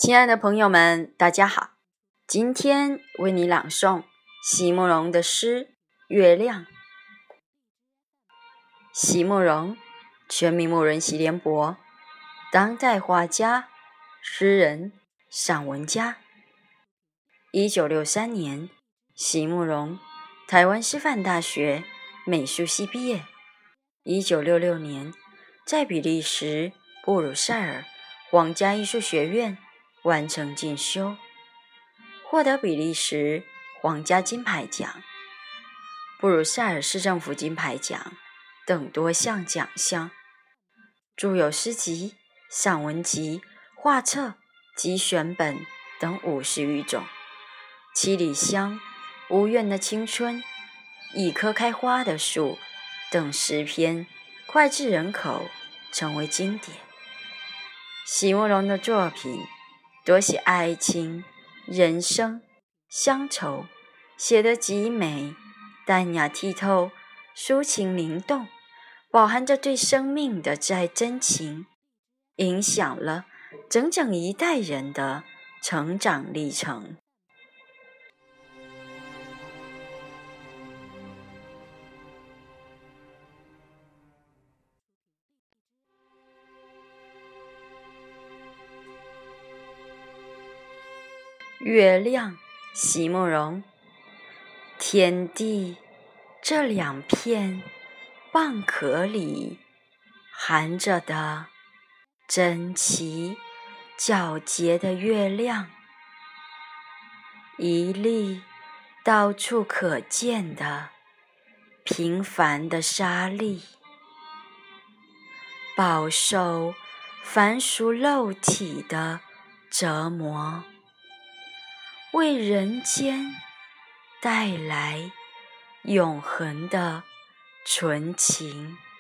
亲爱的朋友们，大家好，今天为你朗诵席慕容的诗《月亮》。席慕容，全名慕容席联博，当代画家、诗人、散文家。1963年，席慕容台湾师范大学美术系毕业。1966年，在比利时布鲁塞尔皇家艺术学院完成进修，获得比利时皇家金牌奖、布鲁塞尔市政府金牌奖等多项奖项，著有诗集、散文集、画册及选本等50余种。七里香、无怨的青春、一棵开花的树等诗篇脍炙人口，成为经典。席慕容的作品多写爱情、人生、乡愁，写得极美，淡雅剔透，抒情灵动，饱含着对生命的真情，影响了整整一代人的成长历程。月亮，席慕容。天地这两片蚌壳里含着的珍奇皎洁的月亮，一粒到处可见的平凡的沙粒，饱受凡俗肉体的折磨，为人间带来永恒的纯情。